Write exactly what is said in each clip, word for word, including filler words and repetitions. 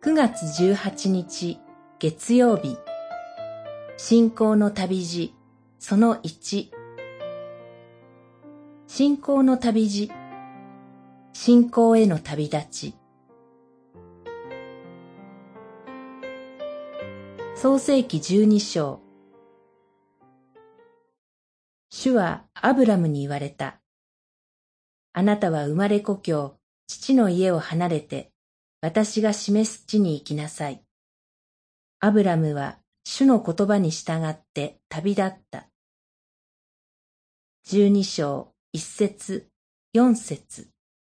くがつじゅうはちにち月曜日、信仰の旅路そのいち。信仰の旅路、信仰への旅立ち。創世記じゅうに章。主はアブラムに言われた。あなたは生まれ故郷、父の家を離れて、私が示す地に行きなさい。アブラムは主の言葉に従って旅立った。じゅうに章いち節よん節。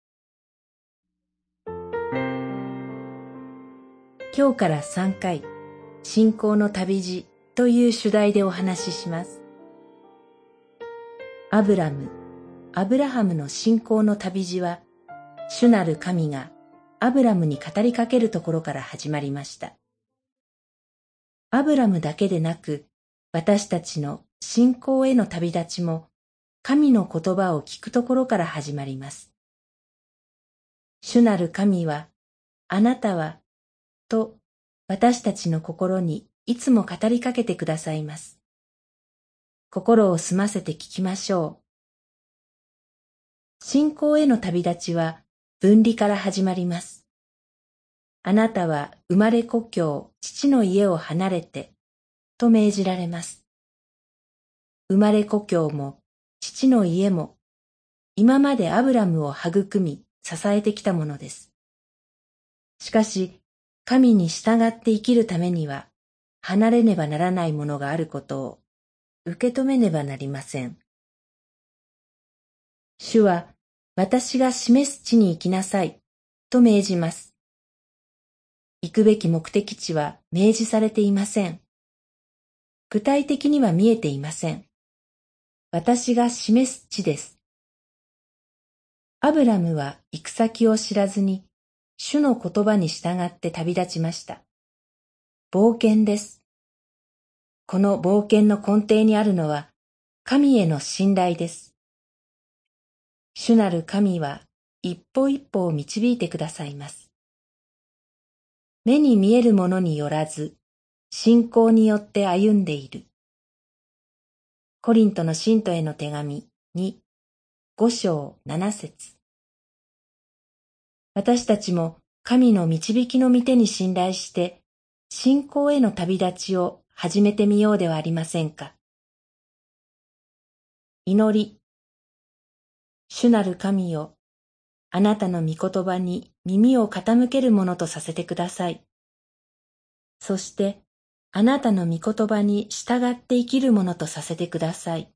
今日からさんかい、信仰の旅路という主題でお話しします。アブラム、アブラハムの信仰の旅路は、主なる神がアブラムに語りかけるところから始まりました。アブラムだけでなく、私たちの信仰への旅立ちも、神の言葉を聞くところから始まります。主なる神は、あなたは、と私たちの心にいつも語りかけてくださいます。心を澄ませて聞きましょう。信仰への旅立ちは分離から始まります。あなたは生まれ故郷、父の家を離れて、と命じられます。生まれ故郷も、父の家も、今までアブラムを育み、支えてきたものです。しかし、神に従って生きるためには、離れねばならないものがあることを、受け止めねばなりません。主は、私が示す地に行きなさい、と命じます。行くべき目的地は明示されていません。具体的には見えていません。私が示す地です。アブラムは行く先を知らずに、主の言葉に従って旅立ちました。冒険です。この冒険の根底にあるのは、神への信頼です。主なる神は一歩一歩を導いてくださいます。目に見えるものによらず、信仰によって歩んでいる。コリントの信徒への手紙に、ご章なな節。私たちも神の導きの御手に信頼して、信仰への旅立ちを始めてみようではありませんか。祈り。主なる神よ、あなたの御言葉に耳を傾けるものとさせてください。そして、あなたの御言葉に従って生きるものとさせてください。